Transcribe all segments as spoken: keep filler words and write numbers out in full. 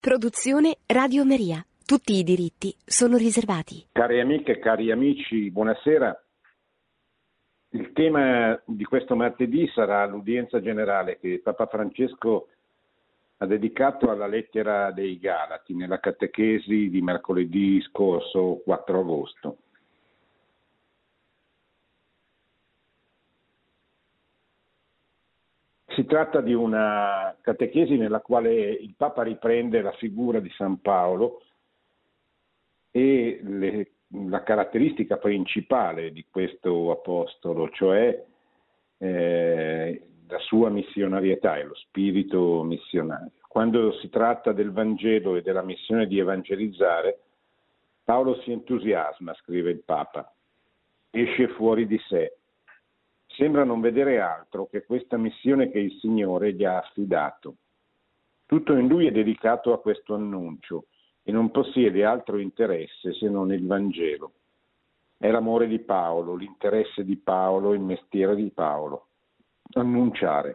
Produzione Radio Maria. Tutti i diritti sono riservati. Cari amiche e cari amici, buonasera. Il tema di questo martedì sarà l'udienza generale che Papa Francesco ha dedicato alla lettera dei Galati nella catechesi di mercoledì scorso, quattro agosto. Si tratta di una catechesi nella quale il Papa riprende la figura di San Paolo e le, la caratteristica principale di questo apostolo, cioè eh, la sua missionarietà e lo spirito missionario. Quando si tratta del Vangelo e della missione di evangelizzare, Paolo si entusiasma, scrive il Papa, esce fuori di sé. Sembra non vedere altro che questa missione che il Signore gli ha affidato. Tutto in lui è dedicato a questo annuncio e non possiede altro interesse se non il Vangelo. È l'amore di Paolo, l'interesse di Paolo, il mestiere di Paolo. Annunciare.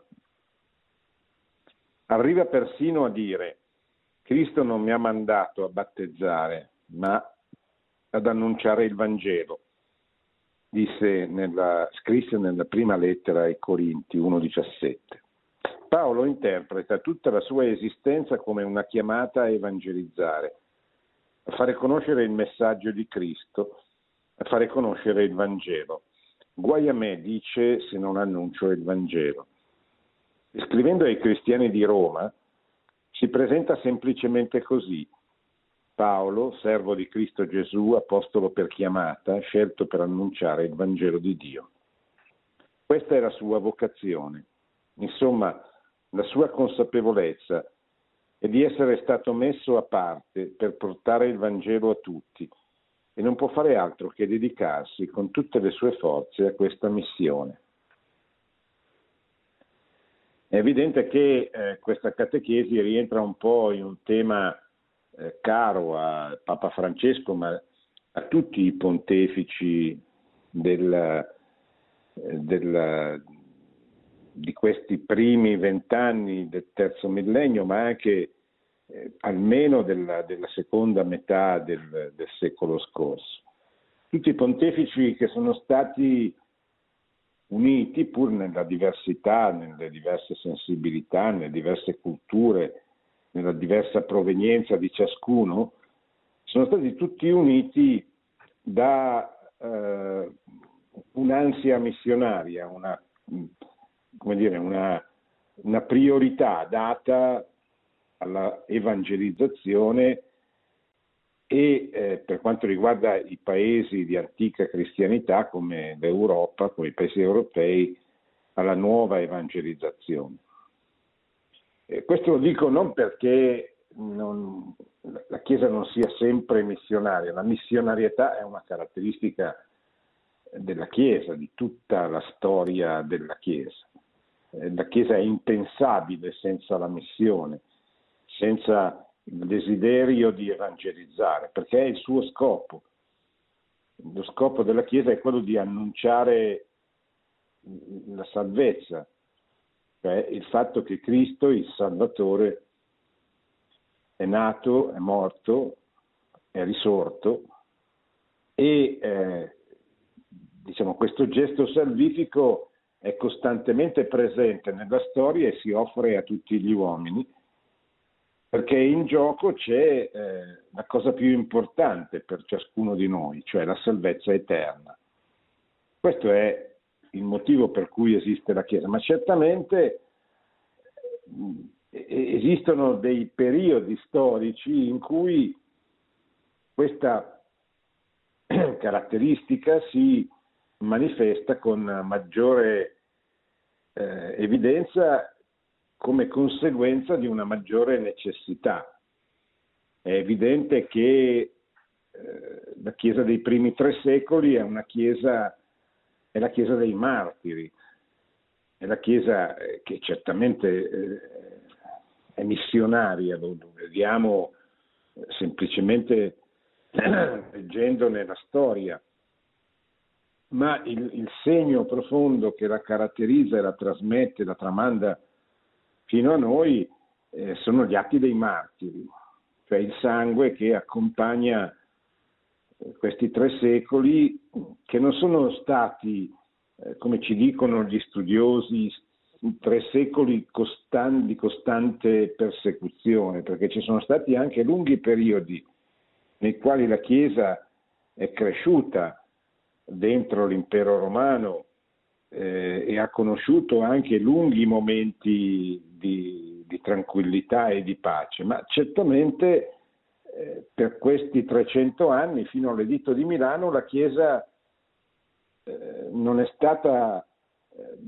Arriva persino a dire: Cristo non mi ha mandato a battezzare, ma ad annunciare il Vangelo. Disse nella, scrisse nella prima lettera ai Corinti uno diciassette. Paolo interpreta tutta la sua esistenza come una chiamata a evangelizzare, a fare conoscere il messaggio di Cristo, a fare conoscere il Vangelo. Guai a me, dice, se non annuncio il Vangelo. Scrivendo ai cristiani di Roma, si presenta semplicemente così: Paolo, servo di Cristo Gesù, apostolo per chiamata, scelto per annunciare il Vangelo di Dio. Questa è la sua vocazione. Insomma, la sua consapevolezza è di essere stato messo a parte per portare il Vangelo a tutti e non può fare altro che dedicarsi con tutte le sue forze a questa missione. È evidente che eh, questa catechesi rientra un po' in un tema Eh, caro a Papa Francesco, ma a tutti i pontefici del, eh, del, di questi primi vent'anni del terzo millennio, ma anche eh, almeno della, della seconda metà del, del secolo scorso. Tutti i pontefici che sono stati uniti, pur nella diversità, nelle diverse sensibilità, nelle diverse culture, nella diversa provenienza di ciascuno, sono stati tutti uniti da eh, un'ansia missionaria, una, come dire, una, una priorità data alla evangelizzazione e eh, per quanto riguarda i paesi di antica cristianità come l'Europa, come i paesi europei, alla nuova evangelizzazione. Eh, questo lo dico non perché non, la Chiesa non sia sempre missionaria, la missionarietà è una caratteristica della Chiesa, di tutta la storia della Chiesa. Eh, la Chiesa è impensabile senza la missione, senza il desiderio di evangelizzare, perché è il suo scopo. Lo scopo della Chiesa è quello di annunciare la salvezza, cioè il fatto che Cristo, il Salvatore, è nato, è morto, è risorto e eh, diciamo, questo gesto salvifico è costantemente presente nella storia e si offre a tutti gli uomini, perché in gioco c'è eh, la cosa più importante per ciascuno di noi, cioè la salvezza eterna. Questo è il motivo per cui esiste la Chiesa, ma certamente esistono dei periodi storici in cui questa caratteristica si manifesta con maggiore eh, evidenza come conseguenza di una maggiore necessità. È evidente che eh, la Chiesa dei primi tre secoli è una Chiesa è la Chiesa dei martiri, è la Chiesa che certamente è missionaria, lo vediamo semplicemente leggendone la storia, ma il, il segno profondo che la caratterizza e la trasmette, la tramanda fino a noi, eh, sono gli atti dei martiri. cioè il sangue che accompagna questi tre secoli, che non sono stati, eh, come ci dicono gli studiosi, tre secoli costan- di costante persecuzione, perché ci sono stati anche lunghi periodi nei quali la Chiesa è cresciuta dentro l'impero romano eh, e ha conosciuto anche lunghi momenti di, di tranquillità e di pace, ma certamente eh, per questi trecento anni, fino all'Editto di Milano, la Chiesa eh, non è stata, eh,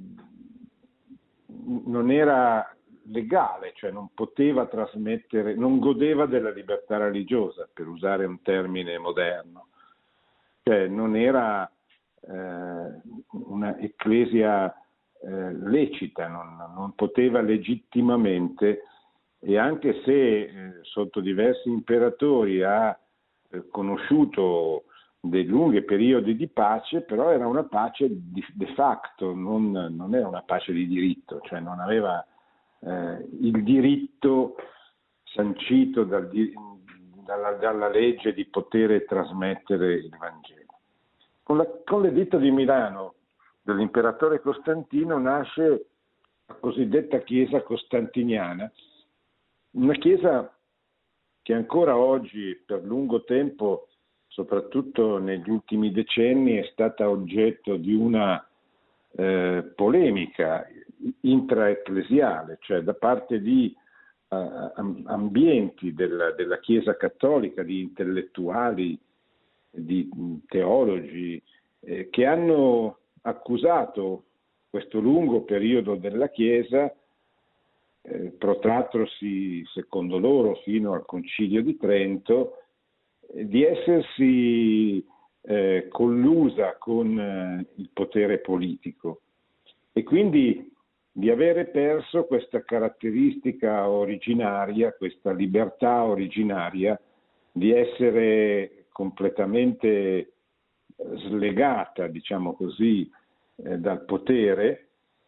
non era legale, cioè non poteva trasmettere, non godeva della libertà religiosa, per usare un termine moderno, cioè non era eh, una ecclesia eh, lecita, non, non poteva legittimamente, e anche se eh, sotto diversi imperatori ha eh, conosciuto dei lunghi periodi di pace, però era una pace di, de facto, non, non era una pace di diritto, cioè non aveva eh, il diritto sancito dal, dalla, dalla legge di poter trasmettere il Vangelo. Con, la, con l'Editto di Milano dell'imperatore Costantino nasce la cosiddetta Chiesa costantiniana, una Chiesa che ancora oggi per lungo tempo, soprattutto negli ultimi decenni, è stata oggetto di una eh, polemica intraecclesiale, cioè da parte di uh, ambienti della, della Chiesa cattolica, di intellettuali, di teologi, eh, che hanno accusato questo lungo periodo della Chiesa, eh, protrattosi secondo loro fino al Concilio di Trento, eh, di essersi eh, collusa con eh, il potere politico e quindi di avere perso questa caratteristica originaria, questa libertà originaria di essere completamente slegata, diciamo così, eh, dal potere,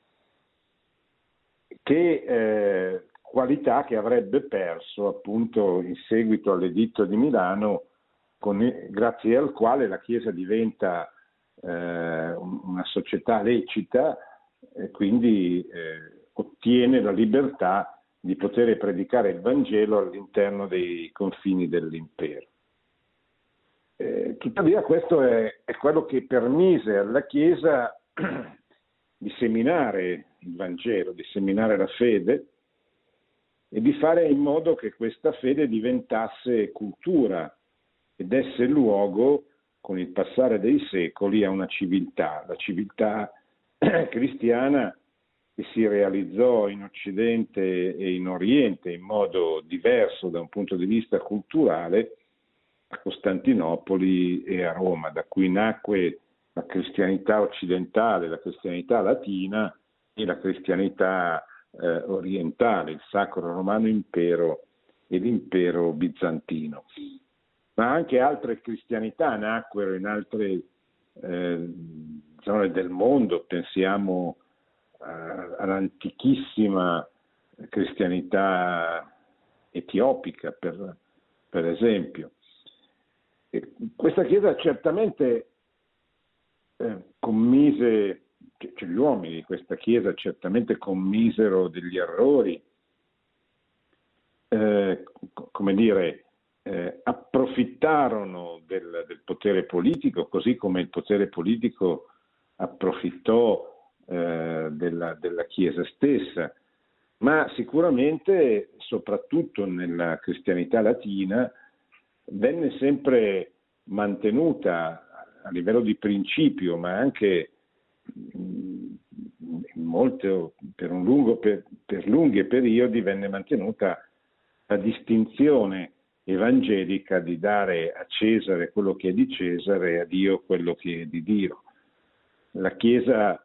che eh, qualità che avrebbe perso appunto in seguito all'Editto di Milano, con, grazie al quale la Chiesa diventa eh, una società lecita e quindi eh, ottiene la libertà di poter predicare il Vangelo all'interno dei confini dell'impero. Eh, tuttavia questo è, è quello che permise alla Chiesa di seminare il Vangelo, di seminare la fede e di fare in modo che questa fede diventasse cultura e desse luogo, con il passare dei secoli, a una civiltà, la civiltà cristiana che si realizzò in Occidente e in Oriente in modo diverso da un punto di vista culturale a Costantinopoli e a Roma, da cui nacque la cristianità occidentale, la cristianità latina e la cristianità eh, orientale, il Sacro Romano Impero e l'Impero Bizantino. Ma anche altre cristianità nacquero in altre eh, zone del mondo, pensiamo eh, all'antichissima cristianità etiopica, per, per esempio. E questa Chiesa certamente eh, commise, cioè gli uomini di questa Chiesa certamente commisero degli errori, eh, come dire, eh, approfittarono del, del potere politico, così come il potere politico approfittò eh, della, della Chiesa stessa, ma sicuramente, soprattutto nella cristianità latina, venne sempre mantenuta a livello di principio, ma anche in molto, per, un lungo, per, per lunghi periodi venne mantenuta la distinzione evangelica di dare a Cesare quello che è di Cesare e a Dio quello che è di Dio. La Chiesa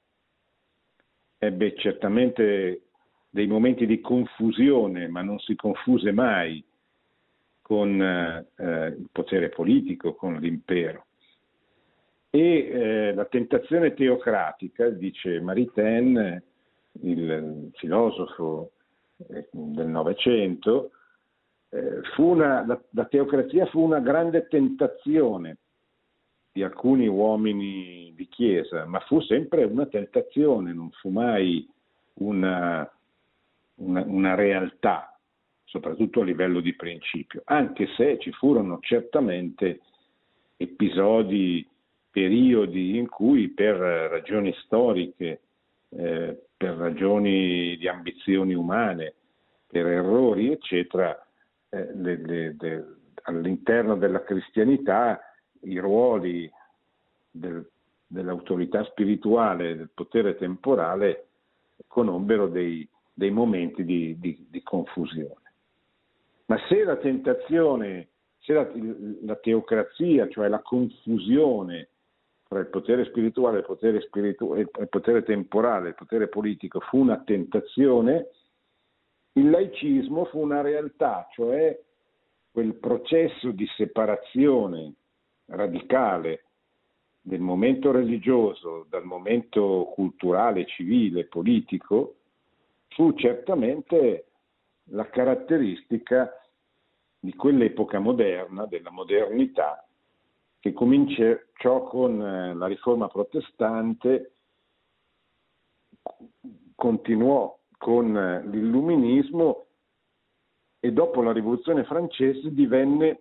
ebbe certamente dei momenti di confusione, ma non si confuse mai con eh, il potere politico, con l'impero. E eh, la tentazione teocratica, dice Maritain, il filosofo eh, del Novecento, eh, fu una, la, la teocrazia fu una grande tentazione di alcuni uomini di chiesa, ma fu sempre una tentazione, non fu mai una, una, una realtà, soprattutto a livello di principio, anche se ci furono certamente episodi, periodi in cui per ragioni storiche, eh, per ragioni di ambizioni umane, per errori, eccetera, eh, le, le, le, all'interno della cristianità i ruoli del, dell'autorità spirituale, del potere temporale, conobbero dei, dei momenti di, di, di confusione. Ma se la tentazione, se la, la teocrazia, cioè la confusione tra il potere spirituale, il potere, spiritu- il potere temporale, il potere politico fu una tentazione, il laicismo fu una realtà, cioè quel processo di separazione radicale del momento religioso dal momento culturale, civile, politico, fu certamente la caratteristica di quell'epoca moderna, della modernità, che cominciò con la riforma protestante, continuò con l'illuminismo e dopo la rivoluzione francese divenne,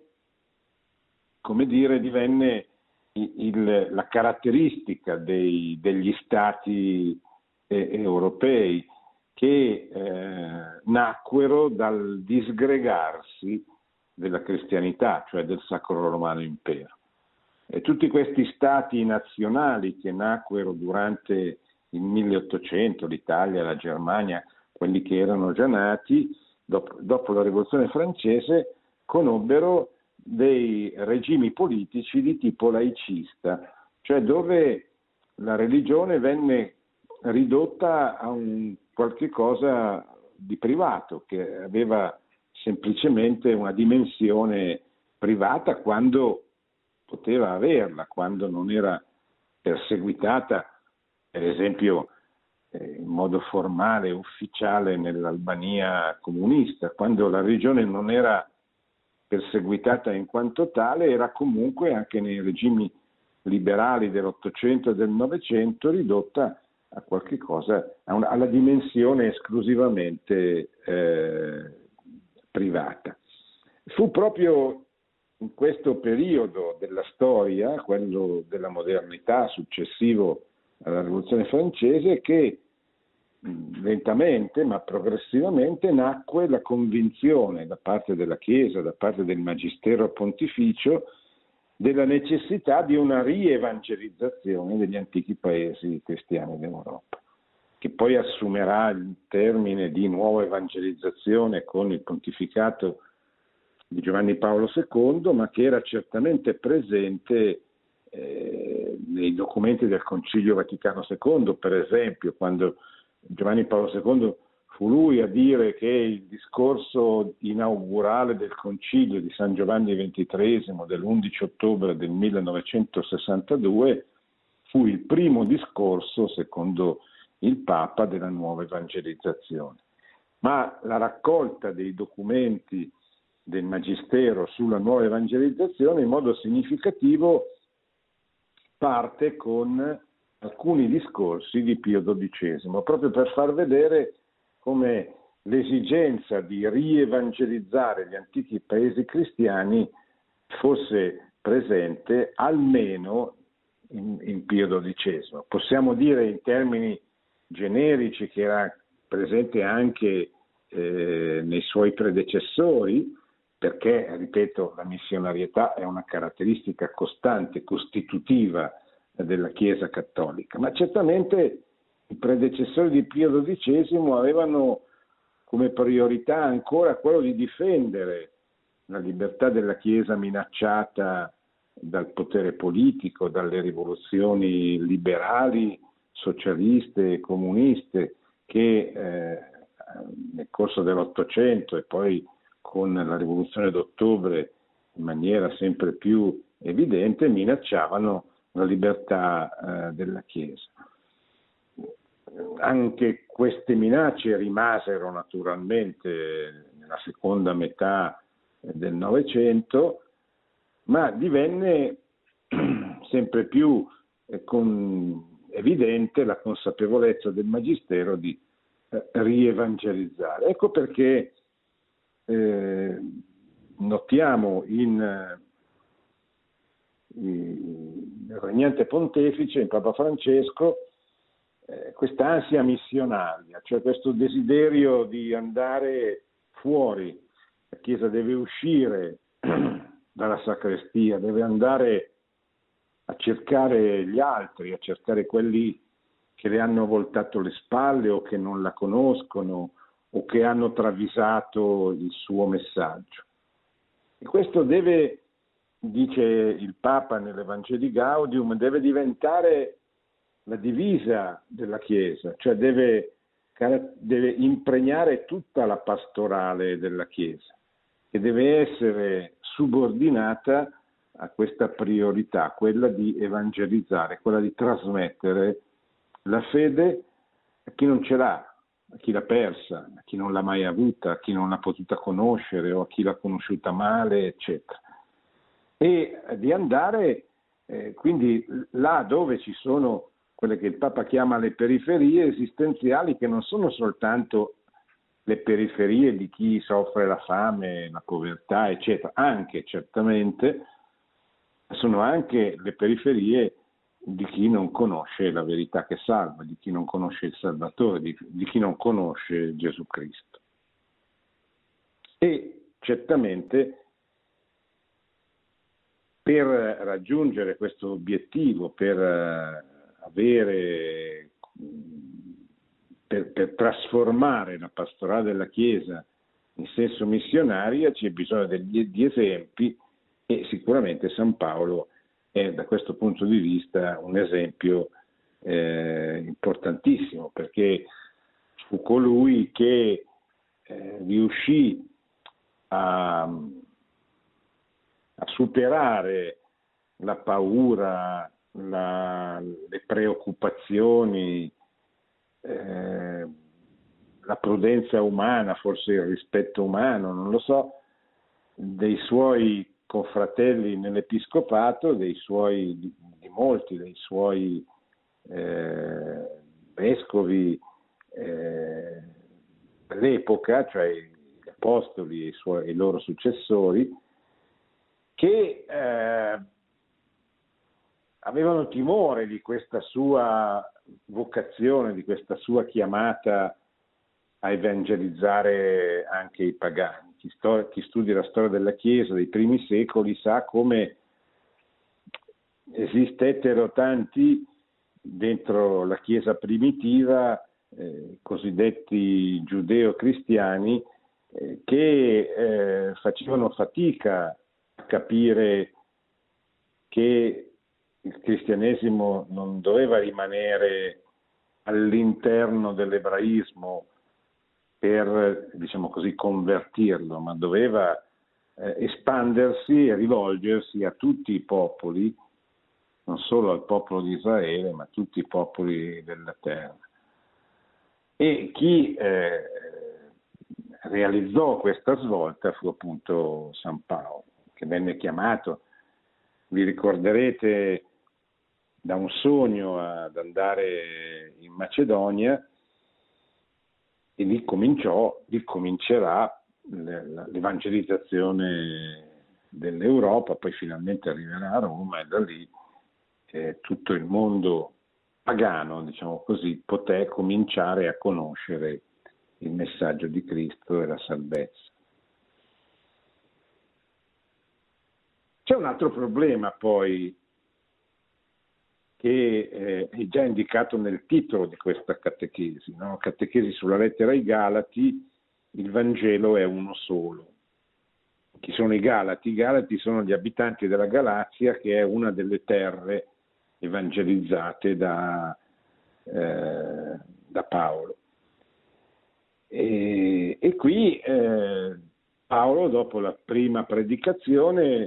come dire, divenne il, la caratteristica dei, degli stati eh, europei che eh, nacquero dal disgregarsi della cristianità, cioè del Sacro Romano Impero. E tutti questi stati nazionali che nacquero durante il milleottocento, l'Italia, la Germania, quelli che erano già nati, dopo, dopo la rivoluzione francese, conobbero dei regimi politici di tipo laicista, cioè dove la religione venne ridotta a un qualche cosa di privato, che aveva semplicemente una dimensione privata quando poteva averla, quando non era perseguitata, per esempio eh, in modo formale, ufficiale nell'Albania comunista, quando la religione non era perseguitata in quanto tale, era comunque anche nei regimi liberali dell'Ottocento e del Novecento ridotta a qualche cosa, a una, alla dimensione esclusivamente eh, privata. Fu proprio in questo periodo della storia, quello della modernità successivo alla Rivoluzione francese, che lentamente ma progressivamente nacque la convinzione da parte della Chiesa, da parte del Magistero Pontificio, della necessità di una rievangelizzazione degli antichi paesi cristiani d'Europa, che poi assumerà il termine di nuova evangelizzazione con il pontificato di Giovanni Paolo secondo, ma che era certamente presente eh, nei documenti del Concilio Vaticano secondo, per esempio, quando Giovanni Paolo secondo fu lui a dire che il discorso inaugurale del Concilio di San Giovanni ventitreesimo dell'undici ottobre del millenovecentosessantadue fu il primo discorso, secondo il Papa, della nuova evangelizzazione. Ma la raccolta dei documenti del Magistero sulla nuova evangelizzazione in modo significativo parte con alcuni discorsi di Pio dodicesimo, proprio per far vedere come l'esigenza di rievangelizzare gli antichi paesi cristiani fosse presente almeno in, in Pio dodicesimo. Possiamo dire in termini generici che era presente anche eh, nei suoi predecessori, perché, ripeto, la missionarietà è una caratteristica costante, costitutiva della Chiesa cattolica, ma certamente i predecessori di Pio dodicesimo avevano come priorità ancora quello di difendere la libertà della Chiesa minacciata dal potere politico, dalle rivoluzioni liberali, socialiste e comuniste che eh, nel corso dell'Ottocento e poi con la rivoluzione d'ottobre in maniera sempre più evidente minacciavano la libertà eh, della Chiesa. Anche queste minacce rimasero naturalmente nella seconda metà del Novecento, ma divenne sempre più eh, con, evidente la consapevolezza del Magistero di eh, rievangelizzare. Ecco perché eh, notiamo in il regnante pontefice, in Papa Francesco, eh, questa ansia missionaria, cioè questo desiderio di andare fuori. La Chiesa deve uscire dalla sacrestia, deve andare a cercare gli altri, a cercare quelli che le hanno voltato le spalle o che non la conoscono o che hanno travisato il suo messaggio. E questo deve, dice il Papa nell'Evangelii Gaudium, deve diventare la divisa della Chiesa, cioè deve, deve impregnare tutta la pastorale della Chiesa, che deve essere subordinata a questa priorità, quella di evangelizzare, quella di trasmettere la fede a chi non ce l'ha, a chi l'ha persa, a chi non l'ha mai avuta, a chi non l'ha potuta conoscere o a chi l'ha conosciuta male, eccetera. E di andare eh, quindi là dove ci sono quelle che il Papa chiama le periferie esistenziali, che non sono soltanto le periferie di chi soffre la fame, la povertà, eccetera, anche certamente, sono anche le periferie di chi non conosce la verità che salva, di chi non conosce il Salvatore, di, di chi non conosce Gesù Cristo. E certamente per raggiungere questo obiettivo, per avere, per, per trasformare la pastorale della Chiesa in senso missionaria, c'è bisogno di, di esempi, e sicuramente San Paolo è da questo punto di vista un esempio eh, importantissimo, perché fu colui che eh, riuscì a, a superare la paura, la, le preoccupazioni, eh, la prudenza umana, forse il rispetto umano, non lo so, dei suoi confratelli nell'episcopato, dei suoi, di, di molti dei suoi eh, vescovi eh, dell'epoca, cioè gli apostoli e i, suoi, i loro successori, che eh, avevano timore di questa sua vocazione, di questa sua chiamata a evangelizzare anche i pagani. Chi, sto, chi studia la storia della Chiesa dei primi secoli sa come esistettero tanti dentro la Chiesa primitiva, eh, cosiddetti giudeo-cristiani, eh, che eh, facevano fatica a capire che il cristianesimo non doveva rimanere all'interno dell'ebraismo per, diciamo così, convertirlo, ma doveva eh, espandersi e rivolgersi a tutti i popoli, non solo al popolo di Israele, ma a tutti i popoli della terra. E chi eh, realizzò questa svolta fu appunto San Paolo, che venne chiamato, vi ricorderete, da un sogno ad andare in Macedonia, e lì cominciò, lì comincerà l'evangelizzazione dell'Europa, poi finalmente arriverà a Roma e da lì eh, tutto il mondo pagano, diciamo così, poté cominciare a conoscere il messaggio di Cristo e la salvezza. C'è un altro problema poi che eh, è già indicato nel titolo di questa catechesi, no? Catechesi sulla lettera ai Galati, il Vangelo è uno solo. Chi sono i Galati? I Galati sono gli abitanti della Galazia, che è una delle terre evangelizzate da, eh, da Paolo. E, e qui eh, Paolo, dopo la prima predicazione, eh,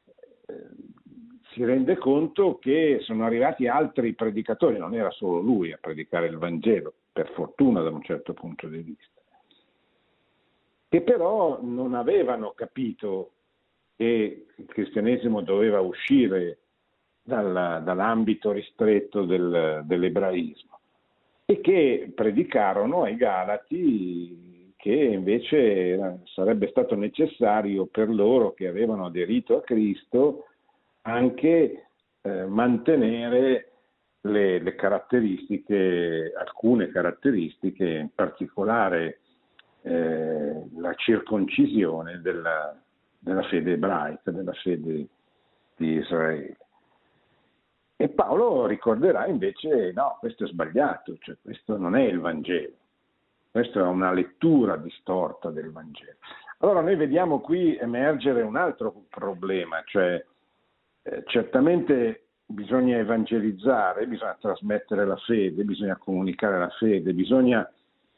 si rende conto che sono arrivati altri predicatori, non era solo lui a predicare il Vangelo, per fortuna da un certo punto di vista. che però non avevano capito che il cristianesimo doveva uscire dalla, dall'ambito ristretto del, dell'ebraismo, e che predicarono ai Galati che invece sarebbe stato necessario per loro, che avevano aderito a Cristo, anche eh, mantenere le, le caratteristiche, alcune caratteristiche, in particolare eh, la circoncisione della, della fede ebraica, della fede di Israele. E Paolo ricorderà invece: no, questo è sbagliato, cioè questo non è il Vangelo, questa è una lettura distorta del Vangelo. Allora noi vediamo qui emergere un altro problema, cioè eh, certamente bisogna evangelizzare, bisogna trasmettere la fede, bisogna comunicare la fede, bisogna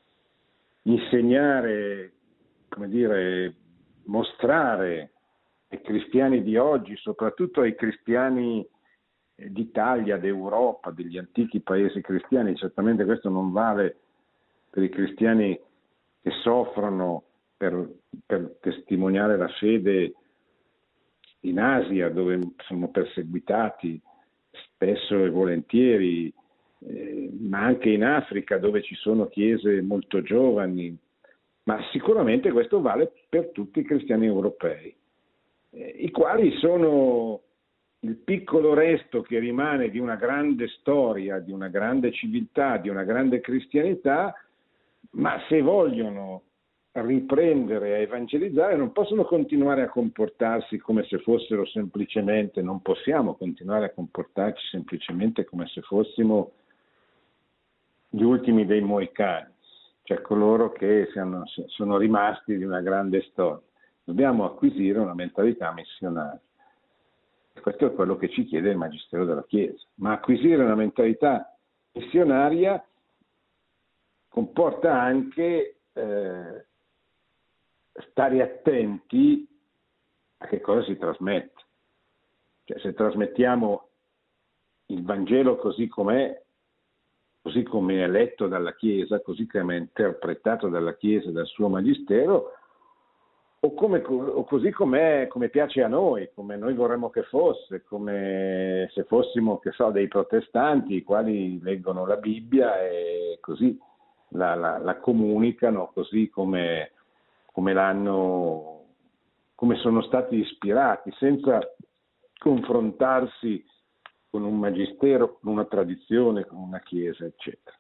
insegnare, come dire, mostrare ai cristiani di oggi, soprattutto ai cristiani d'Italia, d'Europa, degli antichi paesi cristiani. Certamente questo non vale per i cristiani che soffrono per, per testimoniare la fede in Asia, dove sono perseguitati spesso e volentieri, eh, ma anche in Africa, dove ci sono chiese molto giovani, ma sicuramente questo vale per tutti i cristiani europei, eh, i quali sono il piccolo resto che rimane di una grande storia, di una grande civiltà, di una grande cristianità, ma se vogliono riprendere a evangelizzare non possono continuare a comportarsi come se fossero semplicemente, non possiamo continuare a comportarci semplicemente come se fossimo gli ultimi dei Moicani, cioè coloro che siano, sono rimasti di una grande storia. Dobbiamo acquisire una mentalità missionaria. Questo è quello che ci chiede il Magistero della Chiesa. Ma acquisire una mentalità missionaria comporta anche eh, stare attenti a che cosa si trasmette. Cioè, se trasmettiamo il Vangelo così com'è, così come è letto dalla Chiesa, così come è interpretato dalla Chiesa e dal suo Magistero, o, come, o così com'è, come piace a noi, come noi vorremmo che fosse, come se fossimo, che so, dei protestanti, i quali leggono la Bibbia e così la, la, la comunicano così come, come l'hanno, come sono stati ispirati, senza confrontarsi con un magistero, con una tradizione, con una chiesa, eccetera.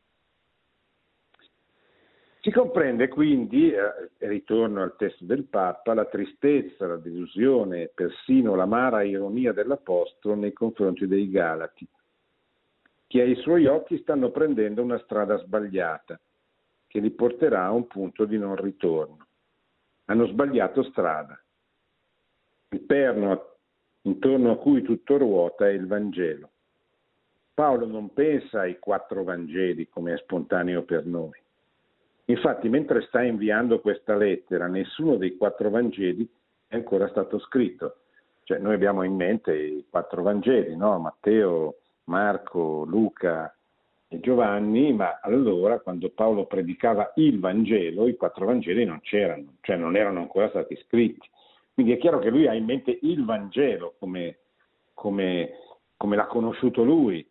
Si comprende quindi, eh, ritorno al testo del Papa, la tristezza, la delusione, persino l'amara ironia dell'Apostolo nei confronti dei Galati, che ai suoi occhi stanno prendendo una strada sbagliata, che li porterà a un punto di non ritorno. Hanno sbagliato strada. Il perno intorno a cui tutto ruota è il Vangelo. Paolo non pensa ai quattro Vangeli come è spontaneo per noi. Infatti, mentre sta inviando questa lettera, nessuno dei quattro Vangeli è ancora stato scritto. Cioè, noi abbiamo in mente i quattro Vangeli, no? Matteo, Marco, Luca e Giovanni, ma allora, quando Paolo predicava il Vangelo, i quattro Vangeli non c'erano, cioè non erano ancora stati scritti. Quindi è chiaro che lui ha in mente il Vangelo come, come, come l'ha conosciuto lui.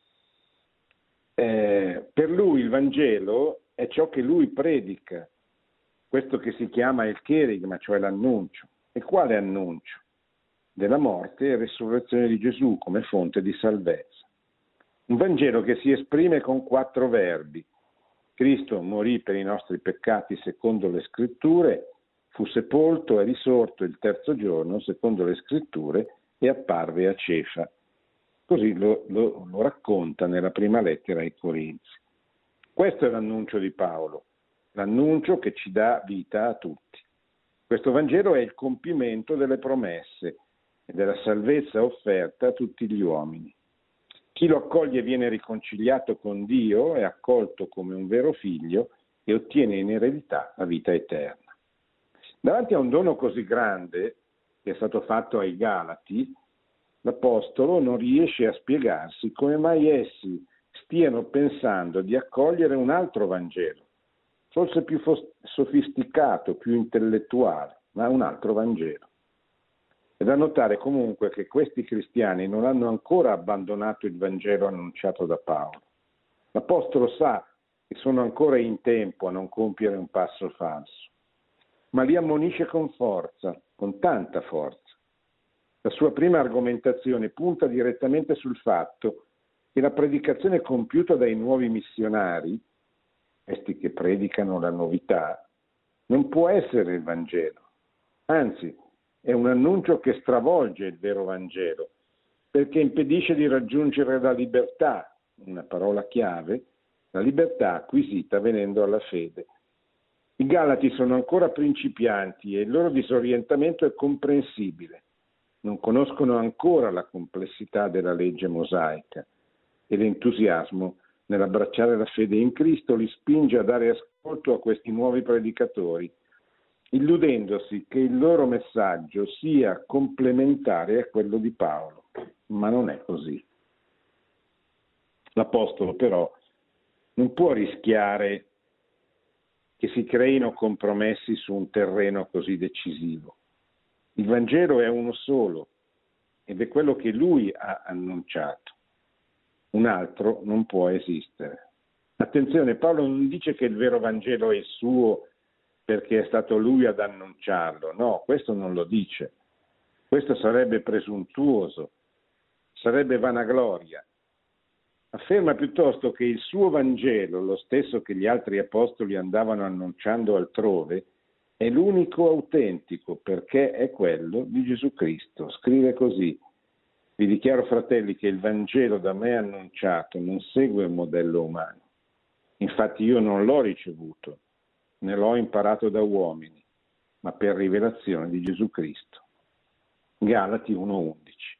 Eh, per lui il Vangelo è ciò che lui predica, questo che si chiama il cherigma, cioè l'annuncio. E quale annuncio? Della morte e resurrezione di Gesù come fonte di salvezza. Un Vangelo che si esprime con quattro verbi. Cristo morì per i nostri peccati secondo le Scritture, fu sepolto e risorto il terzo giorno secondo le Scritture e apparve a Cefa. Così lo, lo, lo racconta nella prima lettera ai Corinzi. Questo è l'annuncio di Paolo, l'annuncio che ci dà vita a tutti. Questo Vangelo è il compimento delle promesse e della salvezza offerta a tutti gli uomini. Chi lo accoglie viene riconciliato con Dio, è accolto come un vero figlio e ottiene in eredità la vita eterna. Davanti a un dono così grande, che è stato fatto ai Galati, l'Apostolo non riesce a spiegarsi come mai essi stiano pensando di accogliere un altro Vangelo, forse più fos- sofisticato, più intellettuale, ma è un altro Vangelo. È da notare comunque che questi cristiani non hanno ancora abbandonato il Vangelo annunciato da Paolo. L'Apostolo sa che sono ancora in tempo a non compiere un passo falso, ma li ammonisce con forza, con tanta forza. La sua prima argomentazione punta direttamente sul fatto che la predicazione compiuta dai nuovi missionari, questi che predicano la novità, non può essere il Vangelo. Anzi, è un annuncio che stravolge il vero Vangelo, perché impedisce di raggiungere la libertà, una parola chiave, la libertà acquisita venendo alla fede. I Galati sono ancora principianti e il loro disorientamento è comprensibile. Non conoscono ancora la complessità della legge mosaica e l'entusiasmo nell'abbracciare la fede in Cristo li spinge a dare ascolto a questi nuovi predicatori, illudendosi che il loro messaggio sia complementare a quello di Paolo, ma non è così. L'Apostolo però non può rischiare che si creino compromessi su un terreno così decisivo. Il Vangelo è uno solo ed è quello che lui ha annunciato. Un altro non può esistere. Attenzione, Paolo non dice che il vero Vangelo è il suo perché è stato lui ad annunciarlo. No, questo non lo dice. Questo sarebbe presuntuoso, sarebbe vanagloria. Afferma piuttosto che il suo Vangelo, lo stesso che gli altri apostoli andavano annunciando altrove, è l'unico autentico perché è quello di Gesù Cristo. Scrive così: vi dichiaro, fratelli, che il Vangelo da me annunciato non segue un modello umano. Infatti io non l'ho ricevuto, ne l'ho imparato da uomini, ma per rivelazione di Gesù Cristo. Galati uno undici.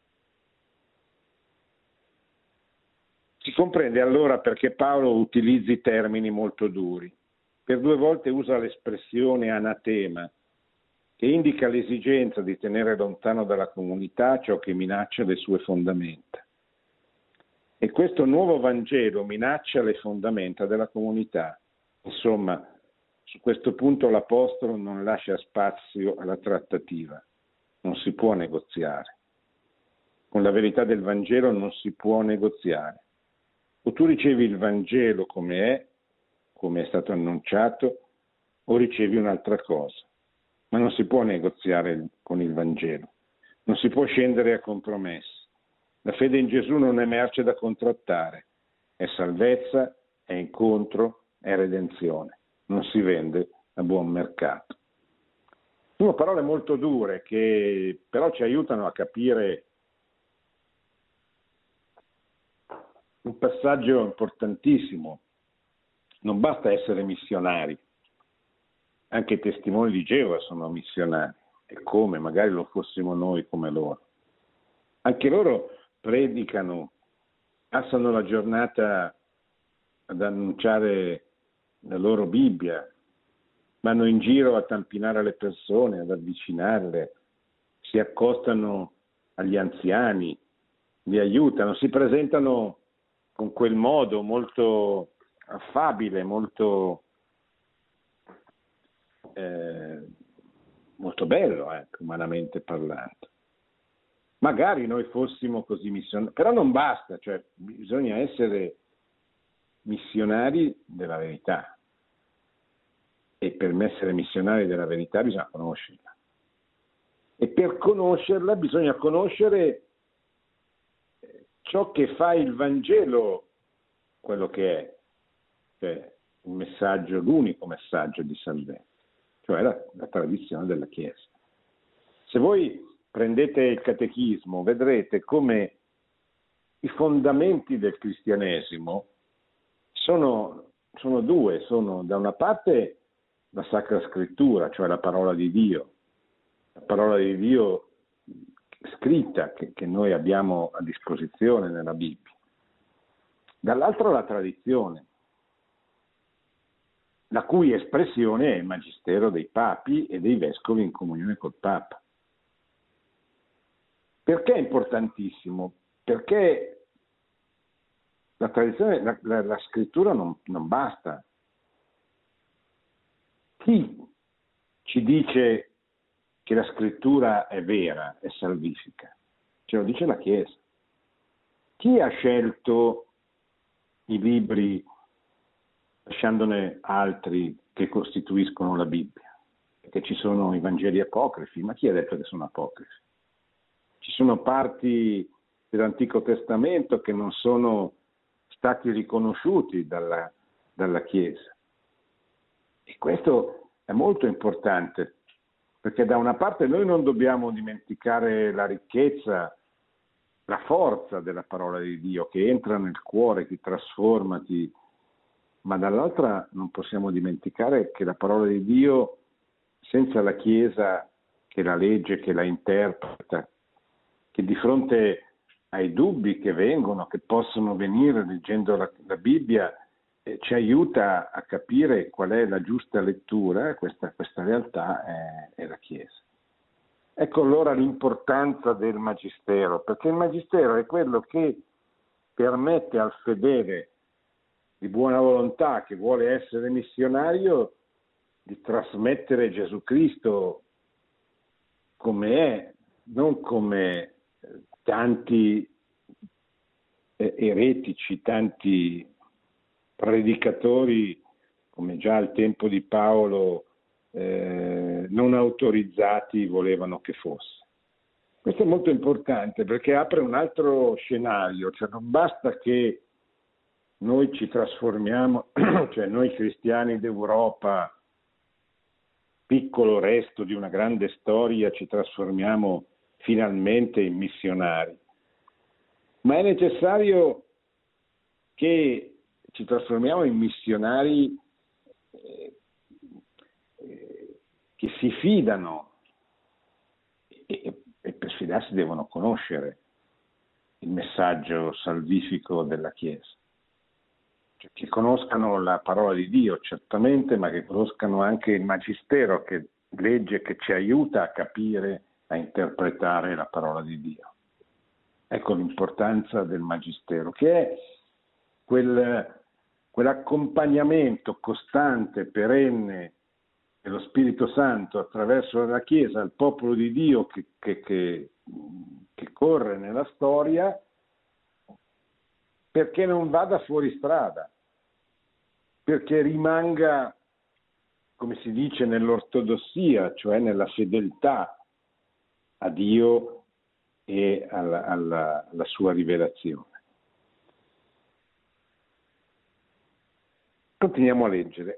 Si comprende allora perché Paolo utilizzi termini molto duri. Per due volte usa l'espressione anatema, che indica l'esigenza di tenere lontano dalla comunità ciò che minaccia le sue fondamenta. E questo nuovo Vangelo minaccia le fondamenta della comunità. Insomma, su questo punto l'Apostolo non lascia spazio alla trattativa, non si può negoziare. Con la verità del Vangelo non si può negoziare. O tu ricevi il Vangelo come è, come è stato annunciato, o ricevi un'altra cosa. Ma non si può negoziare con il Vangelo, non si può scendere a compromessi. La fede in Gesù non è merce da contrattare, è salvezza, è incontro, è redenzione, non si vende a buon mercato. Sono parole molto dure che però ci aiutano a capire un passaggio importantissimo. Non basta essere missionari, anche i testimoni di Geova sono missionari, e come, magari lo fossimo noi come loro. Anche loro predicano, passano la giornata ad annunciare la loro Bibbia, vanno in giro a tampinare le persone, ad avvicinarle, si accostano agli anziani, li aiutano, si presentano con quel modo molto affabile, molto, eh, molto bello, ecco, umanamente parlando. Magari noi fossimo così missionari, però non basta, cioè bisogna essere missionari della verità, e per essere missionari della verità bisogna conoscerla, e per conoscerla bisogna conoscere ciò che fa il Vangelo quello che è, cioè il messaggio, l'unico messaggio di salvezza, cioè la, la tradizione della Chiesa. Se voi prendete il catechismo, vedrete come i fondamenti del cristianesimo sono, sono due, sono da una parte la Sacra Scrittura, cioè la parola di Dio, la parola di Dio scritta che, che noi abbiamo a disposizione nella Bibbia. Dall'altro la tradizione, la cui espressione è il magistero dei papi e dei vescovi in comunione col Papa. Perché è importantissimo? Perché la tradizione, la, la, la scrittura non, non basta. Chi ci dice che la scrittura è vera, è salvifica? Ce lo dice la Chiesa. Chi ha scelto i libri lasciandone altri che costituiscono la Bibbia? Perché ci sono i Vangeli apocrifi, ma chi ha detto che sono apocrifi? Ci sono parti dell'Antico Testamento che non sono stati riconosciuti dalla, dalla Chiesa. E questo è molto importante, perché da una parte noi non dobbiamo dimenticare la ricchezza, la forza della parola di Dio che entra nel cuore, ti trasforma, ti... ma dall'altra non possiamo dimenticare che la parola di Dio, senza la Chiesa che la legge, che la interpreta, che di fronte ai dubbi che vengono, che possono venire leggendo la, la Bibbia, eh, ci aiuta a capire qual è la giusta lettura, questa, questa realtà è, è la Chiesa. Ecco allora l'importanza del Magistero, perché il Magistero è quello che permette al fedele di buona volontà che vuole essere missionario di trasmettere Gesù Cristo come è, non come tanti eretici, tanti predicatori, come già al tempo di Paolo, eh, non autorizzati volevano che fosse. Questo è molto importante perché apre un altro scenario, cioè non basta che noi ci trasformiamo, cioè noi cristiani d'Europa, piccolo resto di una grande storia, ci trasformiamo finalmente in missionari, ma è necessario che ci trasformiamo in missionari eh, eh, che si fidano e, e per fidarsi devono conoscere il messaggio salvifico della Chiesa, cioè che conoscano la parola di Dio certamente, ma che conoscano anche il Magistero che legge, che ci aiuta a capire, a interpretare la parola di Dio. Ecco l'importanza del Magistero, che è quel, quell'accompagnamento costante, perenne dello Spirito Santo attraverso la Chiesa, il popolo di Dio che, che, che, che corre nella storia, perché non vada fuori strada, perché rimanga, come si dice, nell'ortodossia, cioè nella fedeltà a Dio e alla, alla, alla sua rivelazione. Continuiamo a leggere.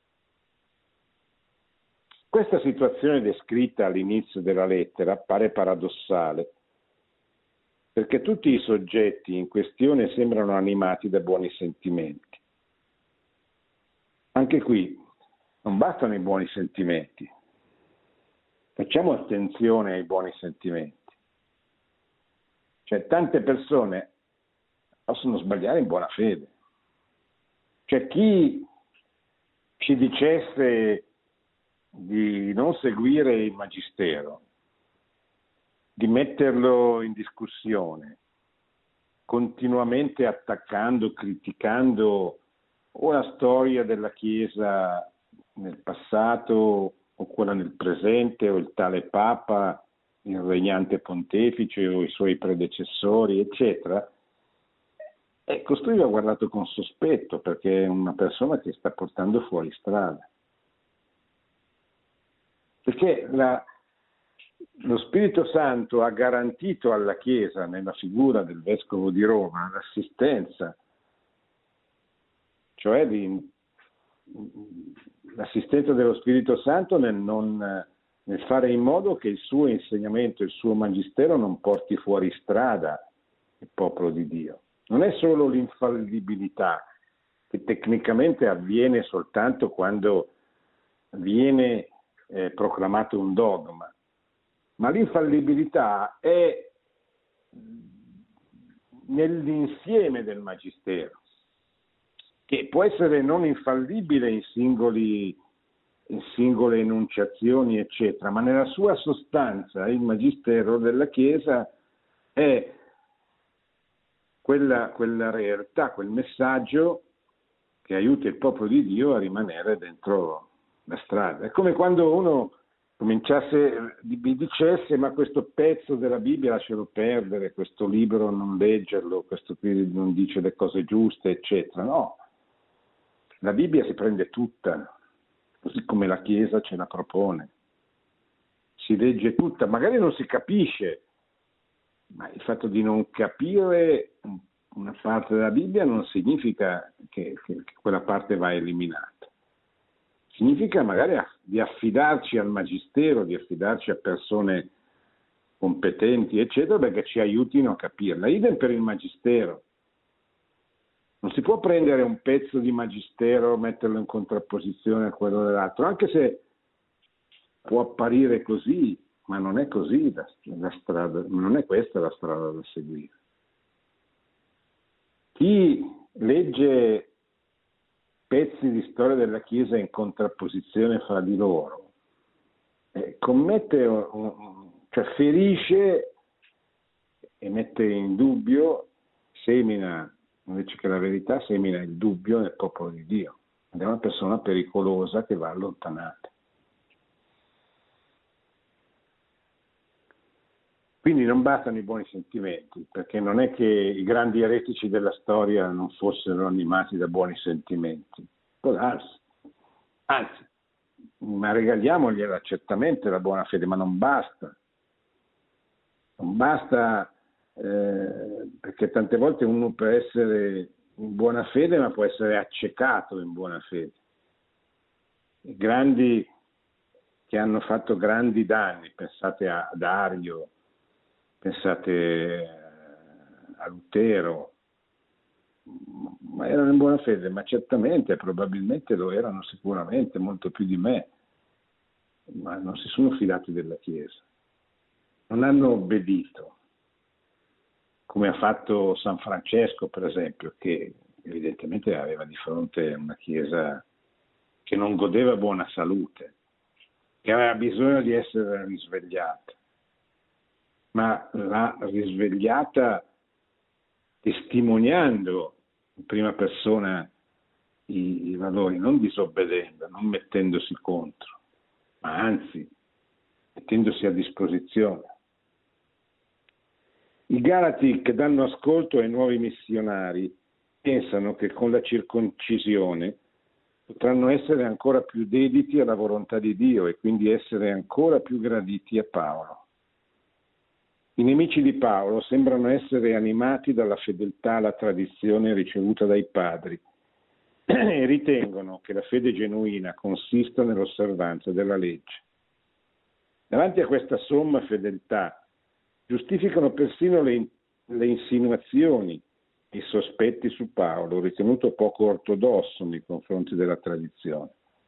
Questa situazione descritta all'inizio della lettera appare paradossale, perché tutti i soggetti in questione sembrano animati da buoni sentimenti. Anche qui non bastano i buoni sentimenti. Facciamo attenzione ai buoni sentimenti. Cioè, tante persone possono sbagliare in buona fede. Cioè, chi ci dicesse di non seguire il Magistero, di metterlo in discussione, continuamente attaccando, criticando o la storia della Chiesa nel passato o quella nel presente o il tale Papa, il regnante pontefice o i suoi predecessori, eccetera, e costui va guardato con sospetto perché è una persona che sta portando fuori strada. Perché la, lo Spirito Santo ha garantito alla Chiesa, nella figura del Vescovo di Roma, l'assistenza, cioè di, l'assistenza dello Spirito Santo nel, non, nel fare in modo che il suo insegnamento, il suo Magistero non porti fuori strada il popolo di Dio. Non è solo l'infallibilità, che tecnicamente avviene soltanto quando viene eh, proclamato un dogma, ma l'infallibilità è nell'insieme del Magistero, che può essere non infallibile in, singoli, in singole enunciazioni, eccetera, ma nella sua sostanza il Magistero della Chiesa è quella, quella realtà, quel messaggio che aiuta il popolo di Dio a rimanere dentro la strada. È come quando uno cominciasse, mi dicesse ma questo pezzo della Bibbia lascialo perdere, questo libro non leggerlo, questo qui non dice le cose giuste, eccetera. No, la Bibbia si prende tutta, così come la Chiesa ce la propone. Si legge tutta, magari non si capisce, ma il fatto di non capire una parte della Bibbia non significa che, che, che quella parte va eliminata. Significa magari di affidarci al magistero, di affidarci a persone competenti, eccetera, perché ci aiutino a capirla. Idem per il magistero. Non si può prendere un pezzo di magistero, metterlo in contrapposizione a quello dell'altro, anche se può apparire così, ma non è così la, la strada, non è questa la strada da seguire. Chi legge pezzi di storia della Chiesa in contrapposizione fra di loro eh, commette, un, cioè ferisce e mette in dubbio, semina, invece che la verità, semina il dubbio nel popolo di Dio. Ed è una persona pericolosa che va allontanata. Quindi non bastano i buoni sentimenti, perché non è che i grandi eretici della storia non fossero animati da buoni sentimenti. Può darsi. Anzi, ma regaliamogliela certamente la buona fede, ma non basta. Non basta eh, perché tante volte uno può essere in buona fede, ma può essere accecato in buona fede. I grandi che hanno fatto grandi danni, pensate a Dario, pensate a Lutero, ma erano in buona fede, ma certamente, probabilmente lo erano sicuramente, molto più di me, ma non si sono fidati della Chiesa, non hanno obbedito, come ha fatto San Francesco, per esempio, che evidentemente aveva di fronte una Chiesa che non godeva buona salute, che aveva bisogno di essere risvegliata, ma l'ha risvegliata testimoniando in prima persona i, i valori, non disobbedendo, non mettendosi contro, ma anzi mettendosi a disposizione. I Galati che danno ascolto ai nuovi missionari pensano che con la circoncisione potranno essere ancora più dediti alla volontà di Dio e quindi essere ancora più graditi a Paolo. I nemici di Paolo sembrano essere animati dalla fedeltà alla tradizione ricevuta dai padri e ritengono che la fede genuina consista nell'osservanza della legge. Davanti a questa somma fedeltà giustificano persino le, le insinuazioni e i sospetti su Paolo, ritenuto poco ortodosso nei confronti della tradizione.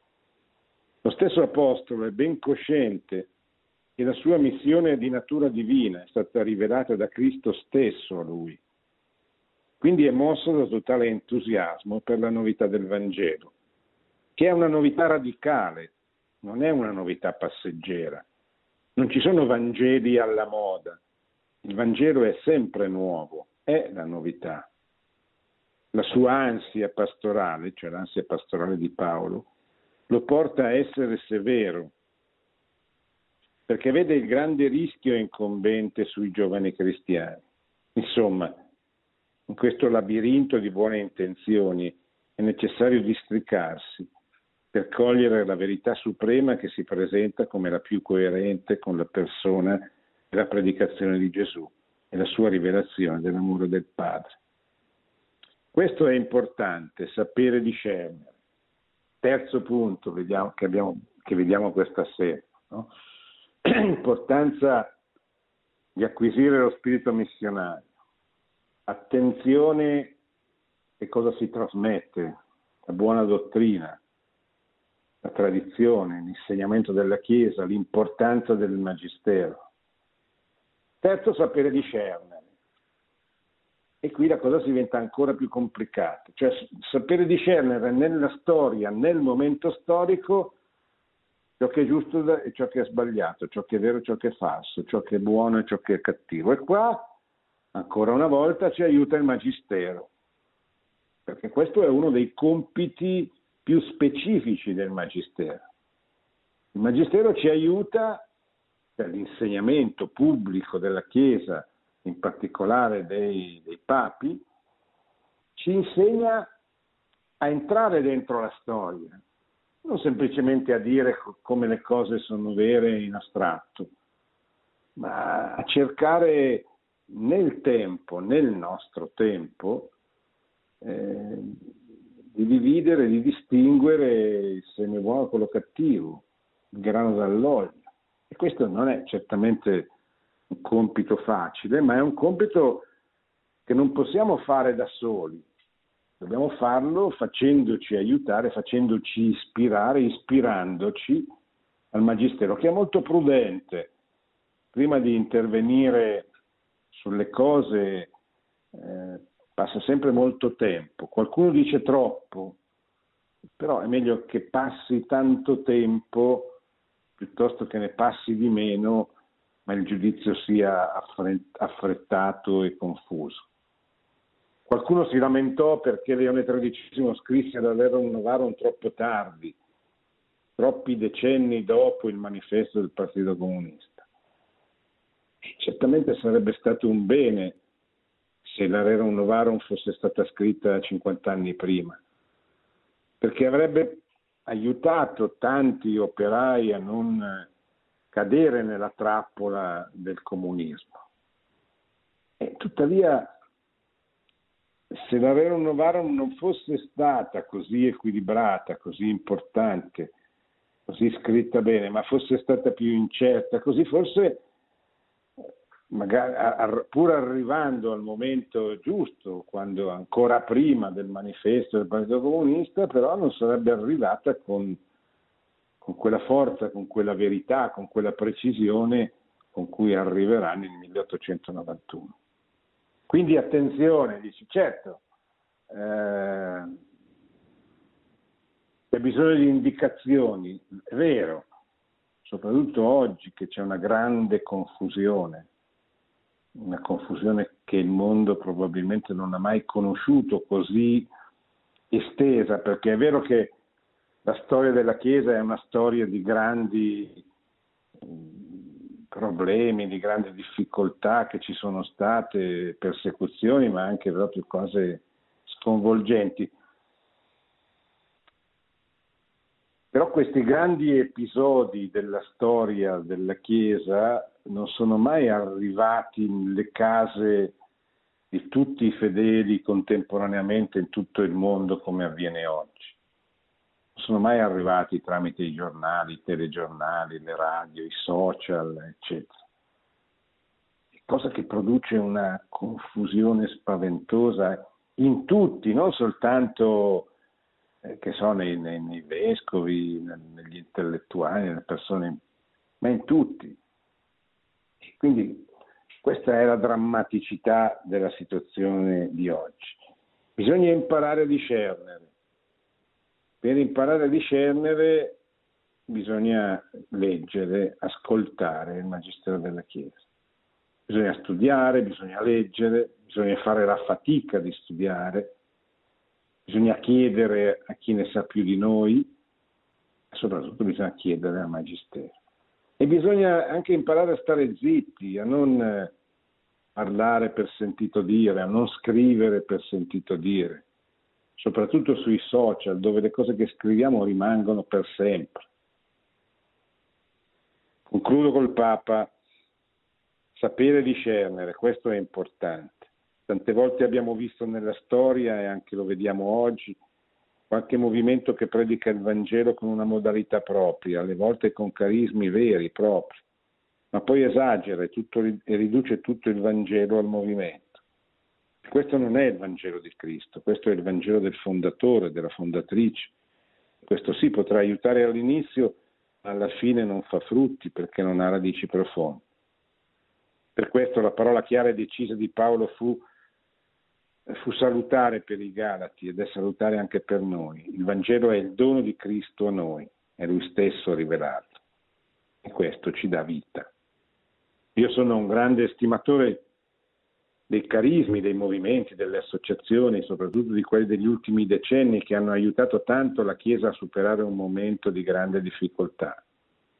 Lo stesso apostolo è ben cosciente che la sua missione di natura divina è stata rivelata da Cristo stesso a lui. Quindi è mosso da totale entusiasmo per la novità del Vangelo, che è una novità radicale, non è una novità passeggera. Non ci sono Vangeli alla moda, il Vangelo è sempre nuovo, è la novità. La sua ansia pastorale, cioè l'ansia pastorale di Paolo, lo porta a essere severo, perché vede il grande rischio incombente sui giovani cristiani. Insomma, in questo labirinto di buone intenzioni è necessario districarsi per cogliere la verità suprema che si presenta come la più coerente con la persona e la predicazione di Gesù e la sua rivelazione dell'amore del Padre. Questo è importante, sapere discernere. Terzo punto vediamo, che, abbiamo, che vediamo questa sera, no? L'importanza di acquisire lo spirito missionario. Attenzione che cosa si trasmette, la buona dottrina, la tradizione, l'insegnamento della Chiesa, l'importanza del magistero. Terzo, sapere discernere. E qui la cosa diventa ancora più complicata, cioè sapere discernere nella storia, nel momento storico, ciò che è giusto e ciò che è sbagliato, ciò che è vero e ciò che è falso, ciò che è buono e ciò che è cattivo. E qua, ancora una volta, ci aiuta il magistero, perché questo è uno dei compiti più specifici del magistero. Il Magistero ci aiuta, per l'insegnamento pubblico della Chiesa, in particolare dei, dei papi, ci insegna a entrare dentro la storia, non semplicemente a dire come le cose sono vere in astratto, ma a cercare nel tempo, nel nostro tempo, eh, di dividere, di distinguere il seme buono da quello cattivo, il grano dall'olio. E questo non è certamente un compito facile, ma è un compito che non possiamo fare da soli. Dobbiamo farlo facendoci aiutare, facendoci ispirare, ispirandoci al Magistero, che è molto prudente. Prima di intervenire sulle cose eh, passa sempre molto tempo. Qualcuno dice troppo, però è meglio che passi tanto tempo piuttosto che ne passi di meno, ma il giudizio sia affrettato e confuso. Qualcuno si lamentò perché Leone tredicesimo scrisse ad Rerum Novarum troppo tardi, troppi decenni dopo il manifesto del Partito Comunista. Certamente sarebbe stato un bene se la Rerum Novarum fosse stata scritta cinquanta anni prima, perché avrebbe aiutato tanti operai a non cadere nella trappola del comunismo. E tuttavia, se la Rerum Novarum non fosse stata così equilibrata, così importante, così scritta bene, ma fosse stata più incerta, così forse, magari pur arrivando al momento giusto, quando ancora prima del manifesto del Partito Comunista, però non sarebbe arrivata con, con quella forza, con quella verità, con quella precisione con cui arriverà nel milleottocentonovantuno. Quindi attenzione, dici, certo, eh, c'è bisogno di indicazioni, è vero, soprattutto oggi che c'è una grande confusione, una confusione che il mondo probabilmente non ha mai conosciuto così estesa, perché è vero che la storia della Chiesa è una storia di grandi problemi, di grandi difficoltà che ci sono state, persecuzioni, ma anche proprio cose sconvolgenti. Però questi grandi episodi della storia della Chiesa non sono mai arrivati nelle case di tutti i fedeli contemporaneamente in tutto il mondo come avviene oggi. Non sono mai arrivati tramite i giornali, i telegiornali, le radio, i social, eccetera. Cosa che produce una confusione spaventosa in tutti, non soltanto eh, che so, nei, nei, nei vescovi, negli intellettuali, nelle persone, ma in tutti. E quindi questa è la drammaticità della situazione di oggi. Bisogna imparare a discernere. Per imparare a discernere bisogna leggere, ascoltare il Magistero della Chiesa. Bisogna studiare, bisogna leggere, bisogna fare la fatica di studiare, bisogna chiedere a chi ne sa più di noi e soprattutto bisogna chiedere al Magistero. E bisogna anche imparare a stare zitti, a non parlare per sentito dire, a non scrivere per sentito dire, soprattutto sui social, dove le cose che scriviamo rimangono per sempre. Concludo col Papa. Sapere discernere, questo è importante. Tante volte abbiamo visto nella storia, e anche lo vediamo oggi, qualche movimento che predica il Vangelo con una modalità propria, alle volte con carismi veri, propri, ma poi esagera e, tutto, e riduce tutto il Vangelo al movimento. Questo non è il Vangelo di Cristo, questo è il Vangelo del fondatore, della fondatrice. Questo sì potrà aiutare all'inizio, ma alla fine non fa frutti perché non ha radici profonde. Per questo la parola chiara e decisa di Paolo fu, fu salutare per i Galati ed è salutare anche per noi. Il Vangelo è il dono di Cristo a noi, è Lui stesso a rivelarlo e questo ci dà vita. Io sono un grande estimatore dei carismi, dei movimenti, delle associazioni, soprattutto di quelli degli ultimi decenni che hanno aiutato tanto la Chiesa a superare un momento di grande difficoltà.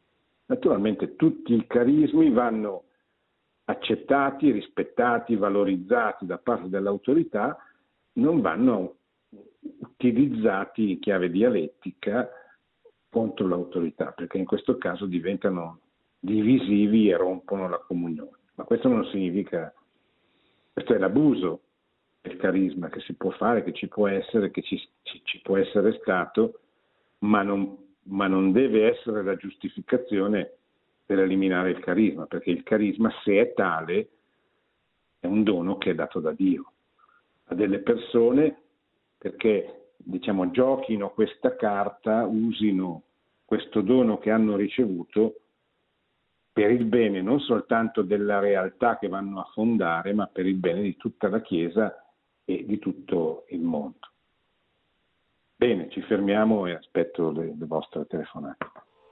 Naturalmente tutti i carismi vanno accettati, rispettati, valorizzati da parte dell'autorità, non vanno utilizzati in chiave dialettica contro l'autorità, perché in questo caso diventano divisivi e rompono la comunione. Ma questo non significa, questo è l'abuso del carisma che si può fare, che ci può essere, che ci, ci, ci può essere stato, ma non, ma non deve essere la giustificazione per eliminare il carisma, perché il carisma, se è tale, è un dono che è dato da Dio a delle persone, perché diciamo giochino questa carta, usino questo dono che hanno ricevuto per il bene non soltanto della realtà che vanno a fondare, ma per il bene di tutta la Chiesa e di tutto il mondo. Bene, ci fermiamo e aspetto le, le vostre telefonate.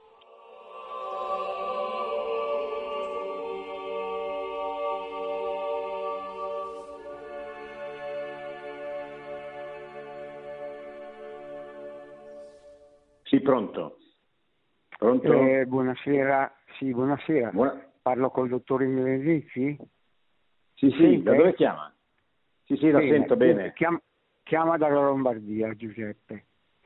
Sì, pronto. Pronto? Eh, buonasera, sì, buonasera. Buona... Parlo col dottor Inglesi? Sì, sì, da dove chiama? Sì, sì, la bene. sento bene. Chiama, chiama dalla Lombardia, Giuseppe.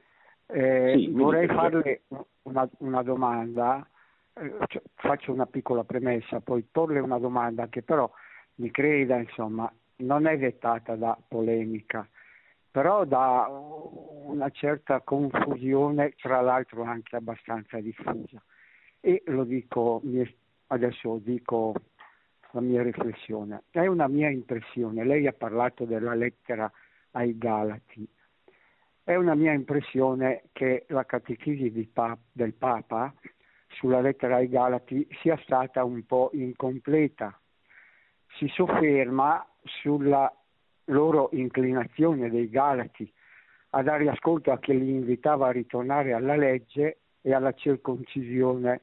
Eh, sì, vorrei farle una, una domanda, eh, cioè, faccio una piccola premessa, poi porle una domanda che però mi creda, insomma, non è dettata da polemica, però da una certa confusione, tra l'altro anche abbastanza diffusa. E lo dico, adesso dico la mia riflessione. È una mia impressione. Lei ha parlato della lettera ai Galati. È una mia impressione che la catechesi di Pap- del Papa sulla lettera ai Galati sia stata un po' incompleta. Si sofferma sulla loro inclinazione dei Galati a dare ascolto a chi li invitava a ritornare alla legge e alla circoncisione,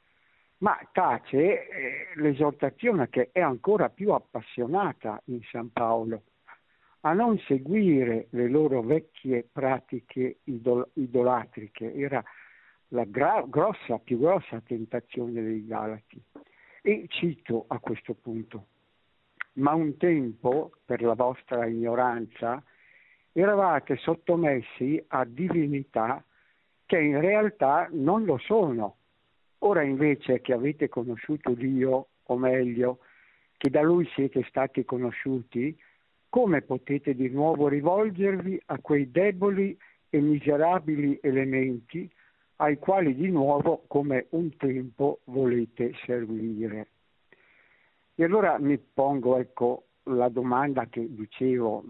ma tace eh, l'esortazione che è ancora più appassionata in San Paolo a non seguire le loro vecchie pratiche idol- idolatriche. Era la gra- grossa, più grossa tentazione dei Galati. E cito a questo punto: ma un tempo, per la vostra ignoranza, eravate sottomessi a divinità che in realtà non lo sono. Ora invece che avete conosciuto Dio, o meglio, che da Lui siete stati conosciuti, come potete di nuovo rivolgervi a quei deboli e miserabili elementi ai quali di nuovo, come un tempo, volete servire? E allora mi pongo, ecco, la domanda che dicevo,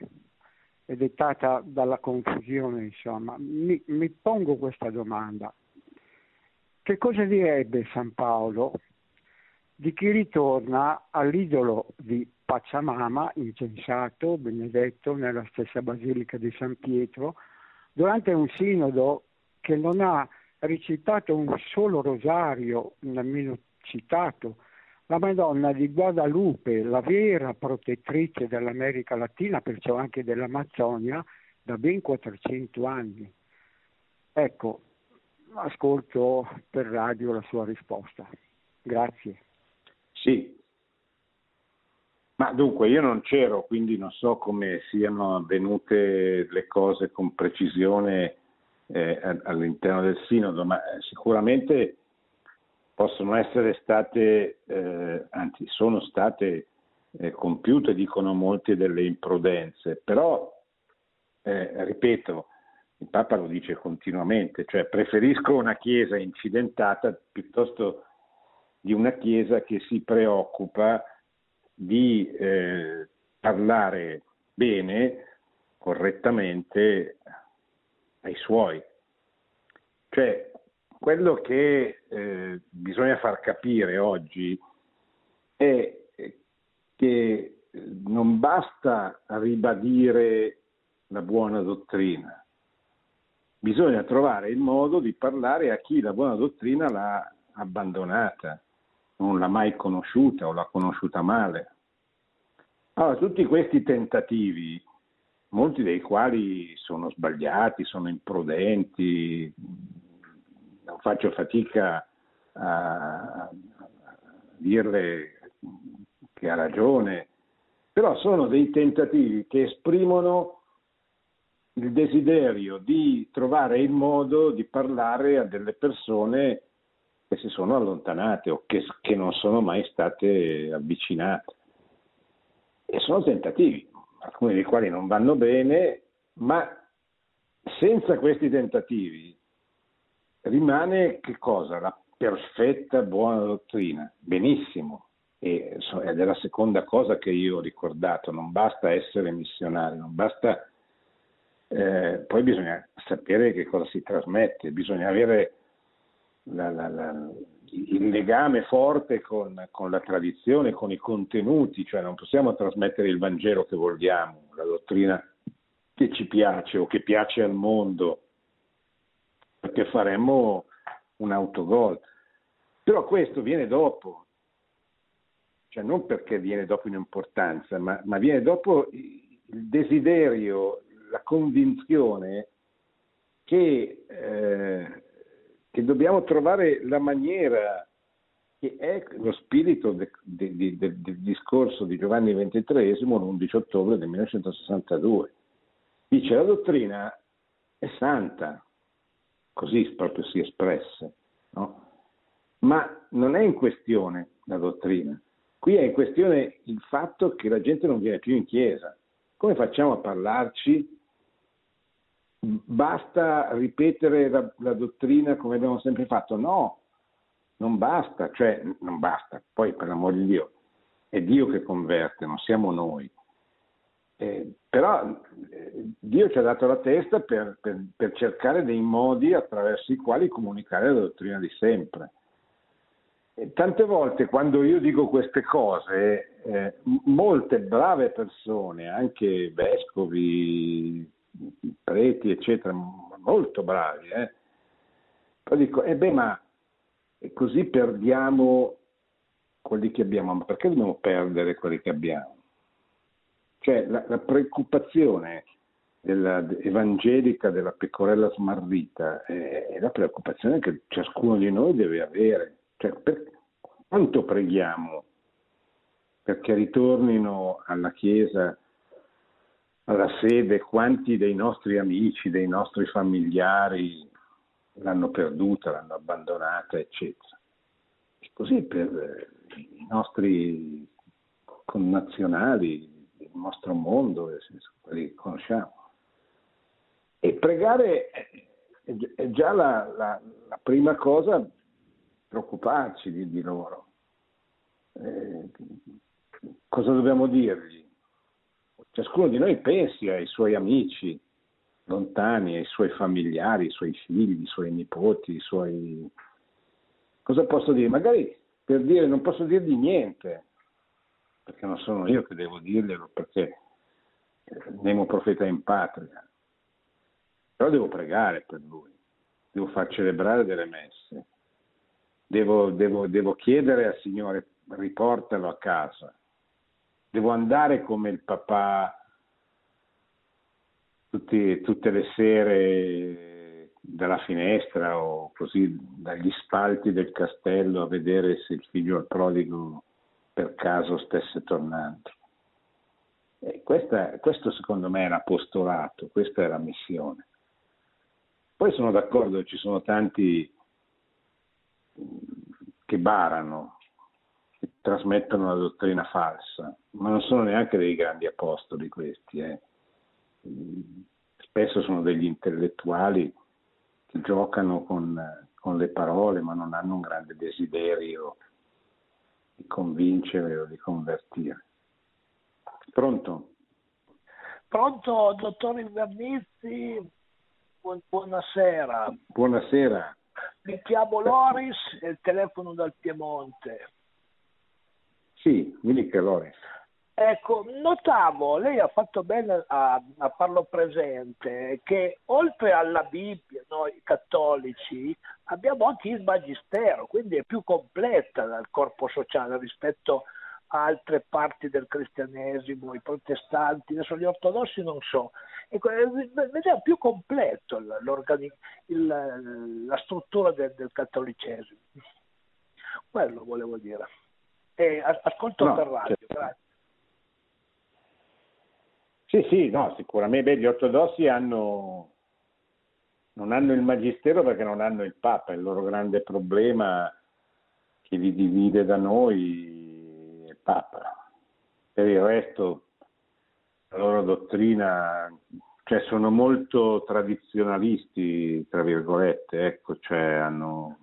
è dettata dalla confusione, insomma. Mi, mi pongo questa domanda. Che cosa direbbe San Paolo di chi ritorna all'idolo di Pachamama, incensato, benedetto, nella stessa Basilica di San Pietro, durante un sinodo che non ha recitato un solo rosario, nemmeno citato la Madonna di Guadalupe, la vera protettrice dell'America Latina, perciò anche dell'Amazzonia, da ben quattrocento anni? Ecco, ascolto per radio la sua risposta. Grazie. Sì. Ma dunque, io non c'ero, quindi non so come siano avvenute le cose con precisione eh, all'interno del Sinodo, ma sicuramente possono essere state, eh, anzi sono state eh, compiute, dicono molti, delle imprudenze, però, eh, ripeto, il Papa lo dice continuamente, cioè preferisco una Chiesa incidentata piuttosto di una Chiesa che si preoccupa di eh, parlare bene, correttamente ai suoi. Cioè, quello che eh, bisogna far capire oggi è che non basta ribadire la buona dottrina, bisogna trovare il modo di parlare a chi la buona dottrina l'ha abbandonata, non l'ha mai conosciuta o l'ha conosciuta male. Allora, tutti questi tentativi, molti dei quali sono sbagliati, sono imprudenti, non faccio fatica a, a dirle che ha ragione, però sono dei tentativi che esprimono il desiderio di trovare il modo di parlare a delle persone che si sono allontanate o che, che non sono mai state avvicinate. E sono tentativi, alcuni dei quali non vanno bene, ma senza questi tentativi rimane che cosa? La perfetta buona dottrina. Benissimo. E ed è la seconda cosa che io ho ricordato, non basta essere missionari, non basta, eh, poi bisogna sapere che cosa si trasmette, bisogna avere la, la, la, il legame forte con, con la tradizione, con i contenuti, cioè non possiamo trasmettere il Vangelo che vogliamo, la dottrina che ci piace o che piace al mondo, perché faremmo un autogol. Però questo viene dopo. Cioè non perché viene dopo in importanza, ma, ma viene dopo il desiderio, la convinzione che, eh, che dobbiamo trovare la maniera, che è lo spirito del de, de, de, de discorso di Giovanni ventitreesimo l'undici ottobre del millenovecentosessantadue. Dice: la dottrina è santa, così proprio si espresse, no? Ma non è in questione la dottrina. Qui è in questione il fatto che la gente non viene più in chiesa. Come facciamo a parlarci? Basta ripetere la, la dottrina come abbiamo sempre fatto? No, non basta, cioè non basta. Poi, per l'amor di Dio, è Dio che converte, non siamo noi. Eh, però eh, Dio ci ha dato la testa per, per, per cercare dei modi attraverso i quali comunicare la dottrina di sempre. Tante volte quando io dico queste cose, eh, molte brave persone, anche vescovi, preti, eccetera, molto bravi, eh, poi dico, eh beh, ma così perdiamo quelli che abbiamo, ma perché dobbiamo perdere quelli che abbiamo? Cioè la, la preoccupazione della, evangelica della pecorella smarrita è, è la preoccupazione che ciascuno di noi deve avere. Cioè, per, quanto preghiamo perché ritornino alla Chiesa, alla sede, quanti dei nostri amici, dei nostri familiari l'hanno perduta, l'hanno abbandonata, eccetera. E così per i nostri connazionali, il nostro mondo, quelli che conosciamo. E pregare è già la, la, la prima cosa, preoccuparci di, di loro. Eh, cosa dobbiamo dirgli? Ciascuno di noi pensi ai suoi amici lontani, ai suoi familiari, ai suoi figli, ai suoi nipoti, ai suoi... Cosa posso dire? Magari per dire non posso dirgli niente, perché non sono io che devo dirglielo, perché nemo profeta in patria. Però devo pregare per lui, devo far celebrare delle messe. Devo, devo, devo chiedere al Signore, riportalo a casa. Devo andare come il papà tutti, tutte le sere dalla finestra o così dagli spalti del castello a vedere se il figlio prodigo per caso stesse tornando. E questa, questo secondo me è l'apostolato, questa è la missione. Poi sono d'accordo che ci sono tanti che barano, che trasmettono una dottrina falsa, ma non sono neanche dei grandi apostoli questi. Eh. Spesso sono degli intellettuali che giocano con, con le parole, ma non hanno un grande desiderio di convincere o di convertire. Pronto? Pronto, dottor Invernizzi? Buonasera. Buonasera. Mi chiamo Loris e il telefono dal Piemonte. Sì, mi dica Loris. Ecco, notavo, lei ha fatto bene a, a farlo presente, che oltre alla Bibbia, noi cattolici, abbiamo anche il Magistero, quindi è più completa dal corpo sociale rispetto a altre parti del cristianesimo, i protestanti, adesso gli ortodossi non so. Ecco, è più completo il, il, la struttura del, del cattolicesimo. Quello volevo dire. E ascolto No, per radio, certo. grazie. Sì, sì, no, sicuramente beh, gli ortodossi hanno, non hanno il magistero perché non hanno il Papa, il loro grande problema che li divide da noi è il Papa. Per il resto la loro dottrina, cioè sono molto tradizionalisti, tra virgolette, ecco, cioè hanno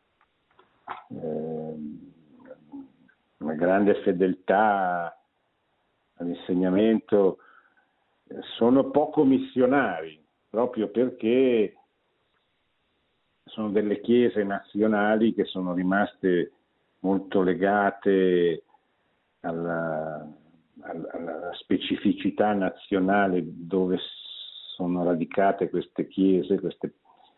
eh, una grande fedeltà all'insegnamento. Sono poco missionari, proprio perché sono delle chiese nazionali che sono rimaste molto legate alla, alla, alla specificità nazionale dove sono radicate queste chiese, queste,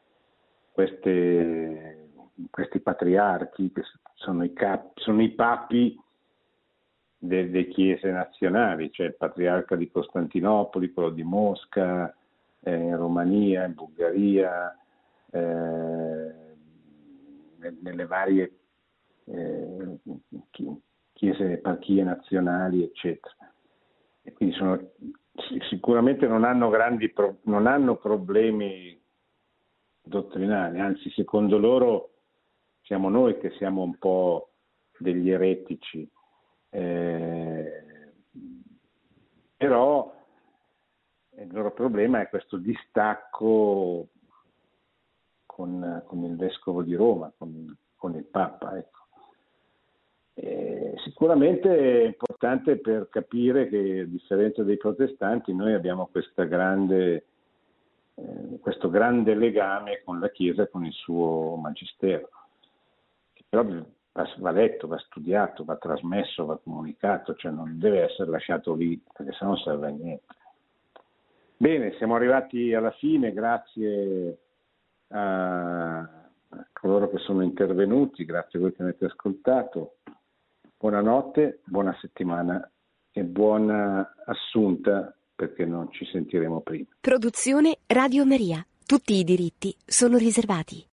queste, questi patriarchi, che sono i, cap, sono i papi delle chiese nazionali, cioè il patriarca di Costantinopoli, quello di Mosca, eh, in Romania, in Bulgaria, eh, nelle varie eh, chiese, eparchie nazionali, eccetera. E quindi sono, sicuramente non hanno grandi pro, non hanno problemi dottrinali, anzi secondo loro siamo noi che siamo un po' degli eretici. Eh, però il loro problema è questo distacco con, con il vescovo di Roma, con, con il Papa. Ecco. Eh, sicuramente è importante per capire che, a differenza dei protestanti, noi abbiamo questa grande, eh, questo grande legame con la Chiesa e con il suo magistero, che però va letto, va studiato, va trasmesso, va comunicato, cioè non deve essere lasciato lì, perché sennò non serve a niente. Bene, siamo arrivati alla fine, grazie a, a coloro che sono intervenuti, grazie a voi che avete ascoltato. Buonanotte, buona settimana e buona Assunta, perché non ci sentiremo prima. Produzione Radio Maria. Tutti i diritti sono riservati.